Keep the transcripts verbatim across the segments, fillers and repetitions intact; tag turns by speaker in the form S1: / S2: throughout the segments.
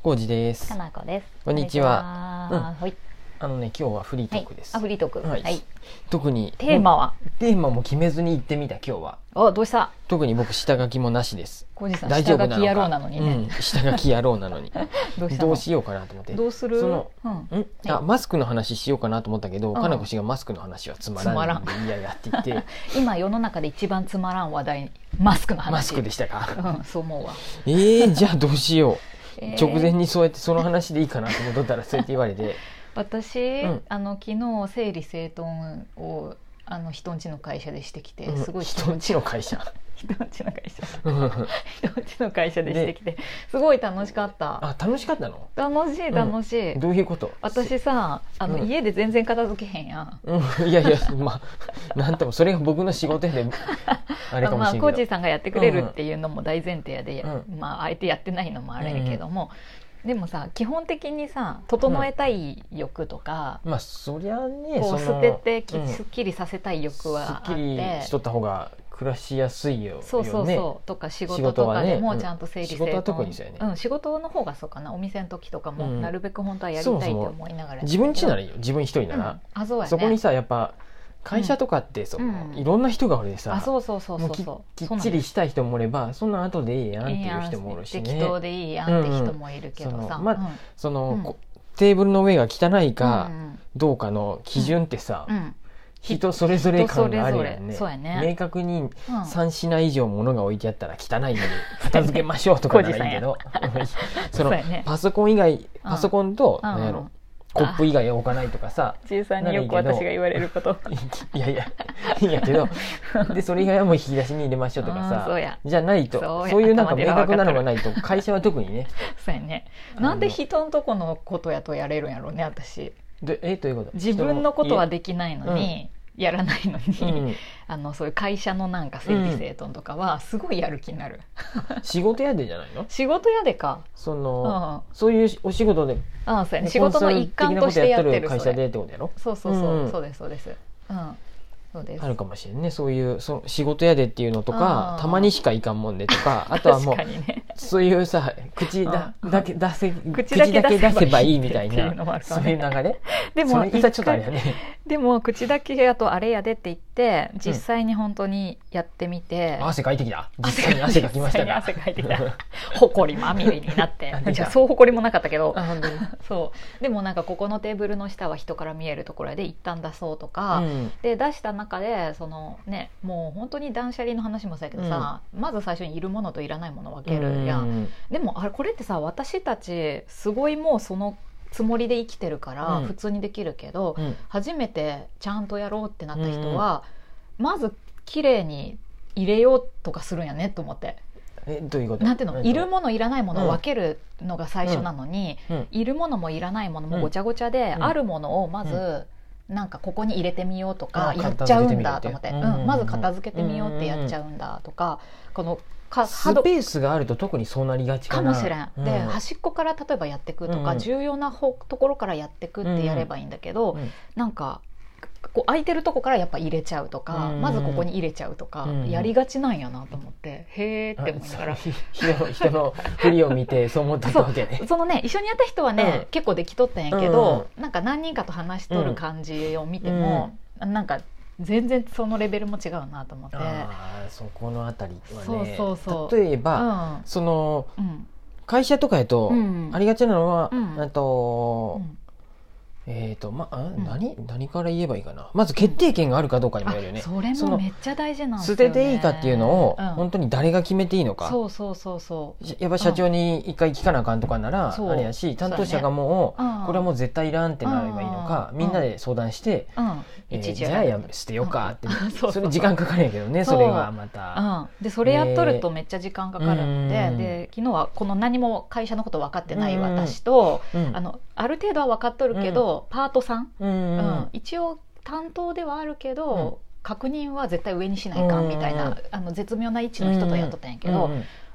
S1: 浩二です。
S2: かなこです。
S1: こんにちは。
S2: こんにちは。
S1: うん、はい。あのね、今日はフリートークです。
S2: はい、あ、フリートーク。
S1: はい。はい、特に
S2: テーマは、
S1: テーマも決めずに行ってみた今日は。
S2: お、どうした？
S1: 特に僕下書きもなしです。
S2: 浩二さん大丈夫なのか。下書き野郎なのにね。
S1: うん、下書き野郎なのに。
S2: どうしたの？
S1: どうしようかなと思って。
S2: どうする？
S1: その、
S2: うん、
S1: んあ、マスクの話しようかなと思ったけど、
S2: うん、
S1: かなこ氏がマスクの話はつまらんんでいややって言って。
S2: 今世の中で一番つまらん話題、マスクの話。
S1: マスクでしたか。
S2: うん、そう思うわ。
S1: えー、じゃあどうしよう。えー、直前にそうやってその話でいいかなと思ったらそうやって言われて
S2: 私、
S1: うん、
S2: あの昨日整理整頓をあの人んちの会社でしてきて、すごい
S1: 人んちの会社
S2: 人んちの会社人んちの会社でしてきてすごい楽しかった。
S1: あ、楽しかったの？
S2: 楽しい楽しい、
S1: うん、どういうこと？
S2: 私さあの、うん、家で全然片付けへんやん、
S1: うん、いやいやまあなんともそれが僕の仕事であれかもしれないけど、まあ、
S2: コーチーさんがやってくれるっていうのも大前提で、うん、まああえてやってないのもあれやけども、うん、でもさ基本的にさ整えたい欲とか、
S1: うん、まあそりゃね
S2: こう捨ててき、うん、すっきりさせたい欲はあって、
S1: すっきりしとった方が暮らしやすいよ、ね、
S2: そうそうそうとか仕事とかでもちゃんと整理整頓、
S1: 仕事は特にそうやね、
S2: うん、仕事の方がそうかな、お店の時とかもなるべく本当はやりたいって思いながら、
S1: うん、自分家ならいいよ、自分一人なら、うん、
S2: あ、そうやね、
S1: そこにさやっぱ会社とかってその、うん、いろんな人がおるさ、
S2: あ、そうそうそうそうそう、
S1: きっちりしたい人もおればそんな後でいいやんっていう人もおるしね、
S2: 適当でいいやんって人もいるけどさ、うんうん、その、まあ、
S1: その、うん、テーブルの上が汚いかどうかの基準ってさ、うんうん、人それぞれ感があるやんね。
S2: そうやね、
S1: 明確にさん品以上物が置いてあったら汚いので片付けましょうとかならいいけどそのね、パソコン以外パソコンと何やろ、コップ以外置かないとかさ、
S2: 小さんによく私が言われること
S1: いやいやいいんやけどでそれ以外はもう引き出しに入れましょうとかさ、じゃないとそう、そういうなんか明確なのがないと会社は特にね
S2: そうやね、なんで人のとこのことやとやれるんやろうね私
S1: で、えどういうこと？
S2: 自分のことはできないのに、うん、やらないのに、うん、あのそういう会社のなんか整理整頓とかはすごいやる気になる、
S1: うん、仕事やでじゃないの？仕
S2: 事やでか、
S1: その、うん、そういうお仕事で、
S2: ああそうやね、仕事の一環としてやってる
S1: 会社でってことやろ？
S2: そうそうそう、うん、そうですそうです、うん、そうです。
S1: あるかもしれんね、そういうそ仕事やでっていうのとか、たまにしかいかんもんでとか、あとはもう、ね、そういうさ口だだけ出せ口だけ出せばいいみたいな、そういう流れ。でもそれ言ったらちょっとあれやね。
S2: でも口だけやとあれやでって言って実際に本当にやってみて、
S1: うん、汗かいてきた。実際に汗かきましたが
S2: 汗かいてきた。ほこりまみれになってじゃあそうほこりもなかったけどそうでもなんかここのテーブルの下は人から見えるところで一旦出そうとか、うん、で出した中でそのねもう本当に断捨離の話もそうやけどさ、うん、まず最初にいるものといらないもの分けるやん、うん、でもあれこれってさ私たちすごいもうそのつもりで生きてるから普通にできるけど、うん、初めてちゃんとやろうってなった人は、うん、まず綺麗に入れようとかするんやねと思って。
S1: えどういうこと？
S2: なんていうの、いるものいらないものを分けるのが最初なのに、うん、いるものもいらないものもごちゃごちゃで、うん、あるものをまず、うん、なんかここに入れてみようとかやっちゃうんだと思って、うん、まず片付けてみようってやっちゃうんだとか、この
S1: スペースがあると特にそうなりがちかな
S2: かもしれん、うん、で端っこから例えばやっていくとか、うん、重要なところからやっていくってやればいいんだけど、うん、なんかこう空いてるとこからやっぱ入れちゃうとか、うん、まずここに入れちゃうとか、うん、やりがちなんやなと思ってへーって思いながら
S1: 人の振りを見てそう思ったわけね。
S2: そ, そのね一緒にやった人はね、うん、結構できとったんやけど、うん、なんか何人かと話しとる感じを見ても、うん、なんか全然そのレベルも違うなと思って、
S1: あそこのあたりはね、
S2: そうそうそう
S1: 例えば、うん、その、うん、会社とかやと、うん、ありがちなのは、うん、あと、うんえーとまあうん、何, 何から言えばいいかな、まず決定権があるかどうかにもよるよね、
S2: うん、それもめっちゃ大事なんですよね。
S1: 捨てていいかっていうのを、うん、本当に誰が決めていいのか、
S2: そうそうそうそう
S1: やっぱ社長に一回聞かなあかんとかなら、うん、あれやし担当者がもう、ね、これはもう絶対いらんってなればいいのか、うん、みんなで相談して、うんえー、じゃあやめ捨てようかって、うん、それ時間かかるんやけどね、それがまた、
S2: うん、でそれやっとるとめっちゃ時間かかるので、えー、で昨日はこの何も会社のこと分かってない私と、うん、あのある程度は分かっとるけど、うん、パートさんうんうん、一応担当ではあるけど、うん、確認は絶対上にしないかんみたいな、うん、あの絶妙な位置の人とやっとったんやけど、うんうん、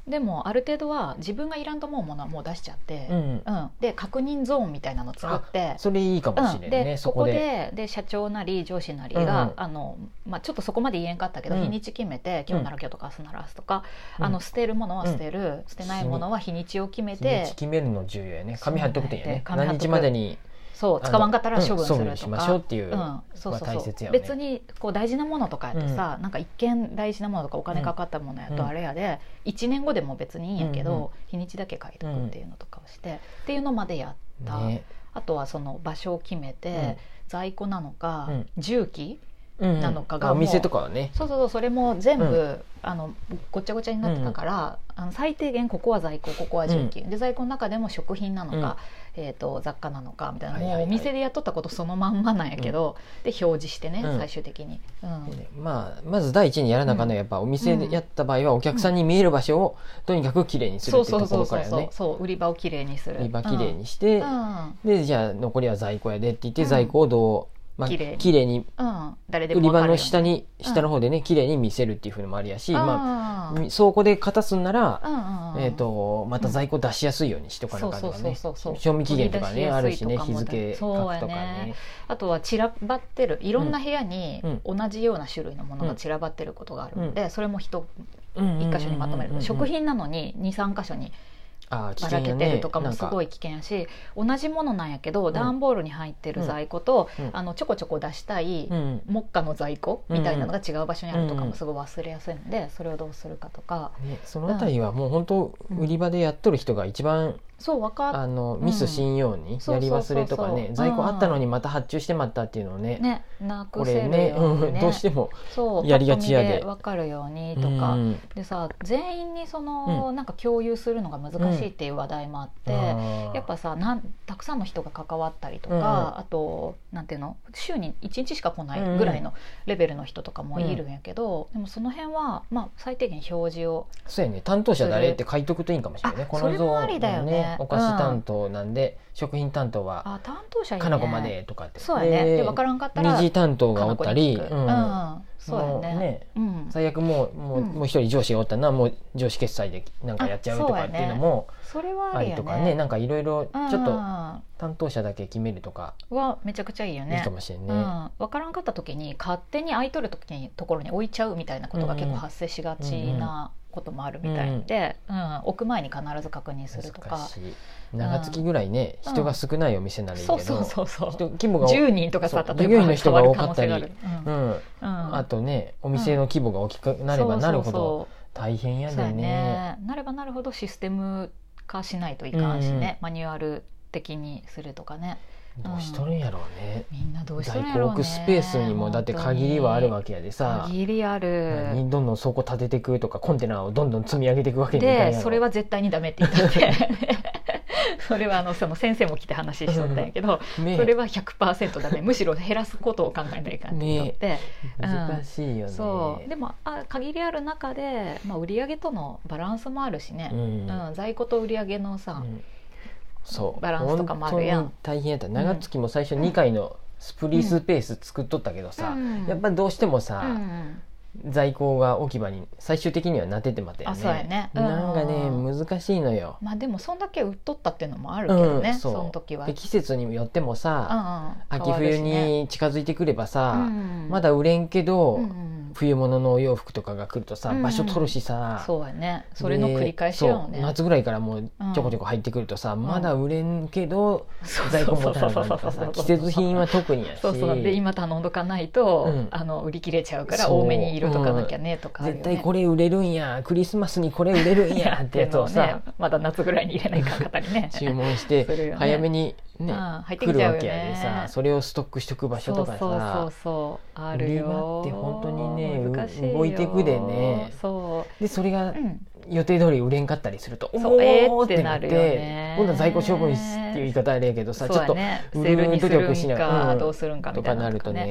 S2: でもある程度は自分がいらんと思うものはもう出しちゃって、うんうん、で確認ゾーンみたいなの作って、
S1: それいいかもしれないね、うん、
S2: でそこでで社長なり上司なりが、うんあのまあ、ちょっとそこまで言えんかったけど、うん、日にち決めて今日なら今日とか明日なら明日とか、うん、あの捨てるものは捨てる、うん、捨てないものは日にちを決めて、
S1: 日にち決めるの重要やね。紙貼っとくといいよね。何日までに
S2: そう使わんかったら処分するとか、
S1: うん、しましょうっていうのが大切やね。
S2: 別にこう大事なものとかやとさ、うん、なんか一見大事なものとかお金かかったものやとあれやで、うん、いちねんごでも別にいいんやけど、うんうん、日にちだけ書いとくっていうのとかをして、うん、っていうのまでやった、ね、あとはその場所を決めて、うん、在庫なのか、うん、重機なのかが、
S1: うんうん、お店とかはね、
S2: そうそうそう、それも全部、うん、あのごちゃごちゃになってたから、うん、あの最低限ここは在庫ここは重機、うん、で在庫の中でも食品なのか、うんえー、と雑貨なのかみたいな、はいはいはい、もうお店でやっとったことそのまんまなんやけど、うん、で表示してね、うん、最終的に、うん
S1: まあ、まず第一にやらなあかんのはやっぱお店でやった場合はお客さんに見える場所をとにかくきれいにするっていうところからね、
S2: そう売り場をきれいにする、
S1: 売り場きれいにして、うん、でじゃあ残りは在庫やでって言って、在庫をどうまあ、きれいに、うん、誰でも売り場の下に、下の方でね、きれいに見せるっていう風のもありやし、うんまあ、倉庫で片すんなら、うんえー、とまた在庫出しやすいようにしとかなかったらね、賞味期限とかねあるしね、日付書くとかね、
S2: ねあとは散らばってるいろんな部屋に同じような種類のものが散らばってることがあるので、うん、それも一箇所にまとめる、食品なのに にさん 箇所にばらけてるとかもすごい危険やし、同じものなんやけど、うん、段ボールに入ってる在庫と、うん、あのちょこちょこ出したい、うん、目下の在庫みたいなのが違う場所にあるとかもすごい忘れやすいので、それをどうするかとか、
S1: ね、そのあたりはもう本当売り場でやっとる人が一番、
S2: そう分かっ
S1: あのミスしんように、やり忘れとかね、在庫あったのにまた発注してまったっていうのをね、
S2: ねなくせるようにね、
S1: これね、うん、どうしてもやりがちやで、
S2: 分かるようにとか、うん、でさ全員にその、うん、なんか共有するのが難しいっていう話題もあって、うん、やっぱさなんたくさんの人が関わったりとか、うん、あとなんていうの週にいちにちしか来ないぐらいのレベルの人とかもいるんやけど、うん、でもその辺は、まあ、最低限表示を
S1: そうやね、担当者誰って書いとくといいかもしれないね。このゾーンのねお菓子担当なんで、うん、食品担当は
S2: あ担当者いいね、
S1: かなこまでとかって、
S2: そうやね、で分からんかったら
S1: 二次担当がおったり、
S2: うんうんそうやね、
S1: ね
S2: うん、
S1: 最悪もうもう、うん、もう一人上司がおったらもう上司決済でなんかやっちゃうとかっていうのもありとかね、なんかいろいろちょっと担当者だけ決めるとか
S2: はめちゃくちゃいいよね。
S1: いいかもしれんね、
S2: うん、分からんかった時に勝手に空いとる時にところに置いちゃうみたいなことが結構発生しがちなこともあるみたいで、うんうん、置く前に必ず確認するとか。
S1: 長月ぐらいね、うん、人が少ないお店ならいいけど、
S2: そうそうそうそう、
S1: 規模が
S2: じゅうにんとかさ、
S1: 従業員の人が多かったり、うんうんうん、あとねお店の規模が大きくなればなるほど大変やで ね, そうそうそうね、
S2: なればなるほどシステム化しないといかんしね、うん、マニュアル的にするとかね。
S1: どうしとるんやろうね、
S2: うん、みんなどうしとるんやろうね。
S1: 在庫置くスペースにもだって限りはあるわけやでさ、
S2: 限りある、
S1: どんどん倉庫建てていくとかコンテナをどんどん積み上げていくわけにいかんやろ。
S2: でそれは絶対にダメって言ったってそれはあのその先生も来て話しとったんやけど、ね、それは ひゃくパーセント ダメ、むしろ減らすことを考えないかんって言って、ね
S1: うん、難しいよね。
S2: そうでもあ限りある中で、まあ、売上とのバランスもあるしね、うんうん、在庫と売上のさ、うん
S1: そう
S2: バランスとかもあるやん。
S1: 本当に大変やった。長月も最初にかいのスプリースペース作っとったけどさ、うん、やっぱどうしてもさ、うん在庫が置き場に最終的にはなっててまったよね。
S2: あそうやね、
S1: うん、なんかね難しいのよ。
S2: まあでもそんだけ売っとったっていうのもあるけどね、うん、そ, その時は
S1: で季節によってもさ、うんうん、秋冬に近づいてくればさ、うん、まだ売れんけど、うん、冬物のお洋服とかが来るとさ、うん、場所取るしさ、
S2: そうやね、それの繰り返しよね。
S1: 夏ぐらいからもうちょこちょこ入ってくるとさ、うん、まだ売れんけど、うん、在庫持たなかったらさ、季節品は特にやし、
S2: そうそうで今頼んどかないと、うん、あの売り切れちゃうから多めに入れとかなきゃねとか、ね、
S1: 絶対これ売れるんや、クリスマスにこれ売れるんやってやつをさ、ね、
S2: まだ夏ぐらいに入れないかんかったりね
S1: 注文してね、早めに、ね、
S2: 入ってきちゃうよね。
S1: 来るわけやでさ、それをストックしとく場所とかさ、
S2: そうそうそうあるよ。
S1: 売り場って本当にね動いていくでね、そうでそれが予定通り売れんかったりすると、うん、おーってなって、ね、今度は在庫処分っていう言い方あれやけどさ、ちょっと売る努力しながら、
S2: どうするんかみたいな
S1: とかなるとね、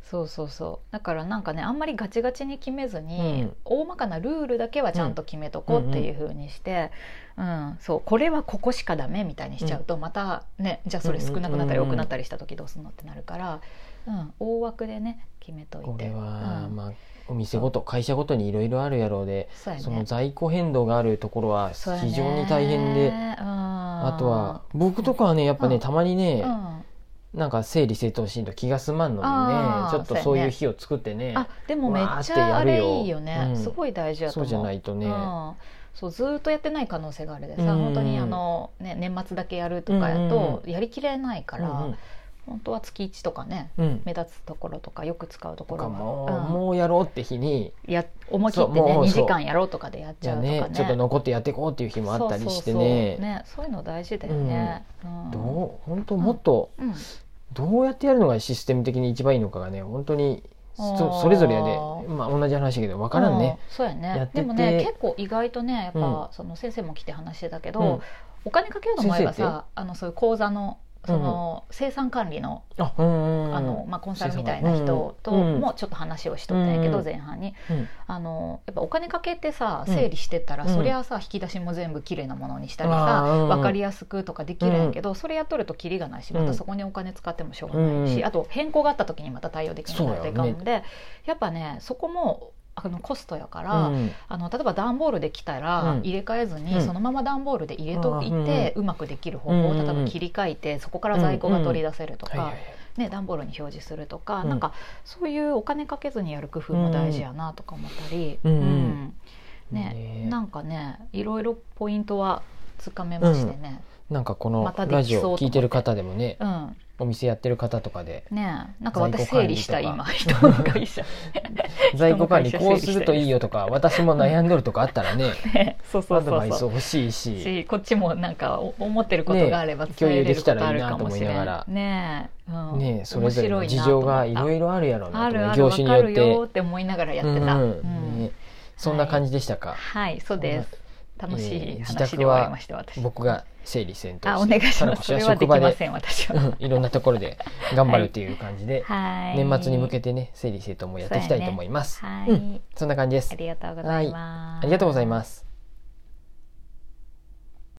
S2: そうそうそうだからなんかねあんまりガチガチに決めずに、うん、大まかなルールだけはちゃんと決めとこうっていう風にして、うんうんうん、そうこれはここしかダメみたいにしちゃうと、うん、またねじゃあそれ少なくなったり多くなったりした時どうするのってなるから、うん、大枠でね決めといて、
S1: これは、
S2: うん、
S1: まあお店ごと会社ごとにいろいろあるやろうで、 そ, う、ね、その在庫変動があるところは非常に大変で、ね、うん、あとは僕とかはねやっぱね、うん、たまにね、うんなんか整理整頓しんと気が済まんのにねちょっとそういう日を作ってね、
S2: あでもめっちゃあれいいよね、うん、すごい大事だと思う。
S1: そうじゃないとね、うん、
S2: そうずっとやってない可能性があるでさ、うん、本当にあの、ね、年末だけやるとかやとやりきれないから、うんうん、本当は月いちとかね、うん、目立つところとかよく使うところ
S1: もう、うん、もうやろうって日に
S2: や思い切ってねにじかんやろうとかでやっちゃうとかね、
S1: ちょっと残ってやっていこうっていう日もあったりしてね、そうそうそう
S2: ね、そういうの大事だよね、
S1: うんうん、どう本当もっと、うんうんどうやってやるのがシステム的に一番いいのかがね本当に そ, それぞれやで、まあ、同じ話だけど分からんね。
S2: そうやね。でもね結構意外とねやっぱ、うん、その先生も来て話してたけど、うん、お金かけるの前はさあのそういう講座のその生産管理の、あのまあ、コンサルみたいな人ともちょっと話をしとったんやけど前半に、あのやっぱお金かけてさ整理してったらそりゃさ引き出しも全部きれいなものにしたりさ分かりやすくとかできるんやけどそれやっとるとキリがないしまたそこにお金使ってもしょうがないしあと変更があった時にまた対応できないといかんのでやっぱねそこもあのコストやから、うん、あの例えば段ボールで来たら入れ替えずに、うん、そのまま段ボールで入れといて、うん、うまくできる方法を例えば切り替えてそこから在庫が取り出せるとか、ね、段ボールに表示するとか、うん、なんかそういうお金かけずにやる工夫も大事やなとか思ったり、うんうんね、なんかねいろいろポイントはつかめましてね、
S1: うん、なんかこのラジオ聞いてる方でもね、うんお店やってる方とかで
S2: ねえなんか私整理したい今人の会社
S1: 在庫管理こうするといいよとか私も悩んどるとかあったらね
S2: ねそうそうそうそう
S1: アドバイス欲しいし
S2: こっちもなんか思ってることがあれば伝えれることあるかもしれない
S1: ねえ、うん、ねえそれぞれの事情がいろいろあるやろうなと思う業種によって
S2: あるある分かるよって思いながらやってた、うんうん
S1: ね、そんな感じでしたか。
S2: はい、はい、そうです楽しい話で終わりました。私
S1: 僕が整理整頓
S2: して、あお願いします。それはできません私は。
S1: いろんなところで頑張るという感じで、はい、年末に向けてね整理整頓もやっていきたいと思います。はい、うん、そんな感じです。
S2: ありがとうございます。
S1: はい、ありがとうございます。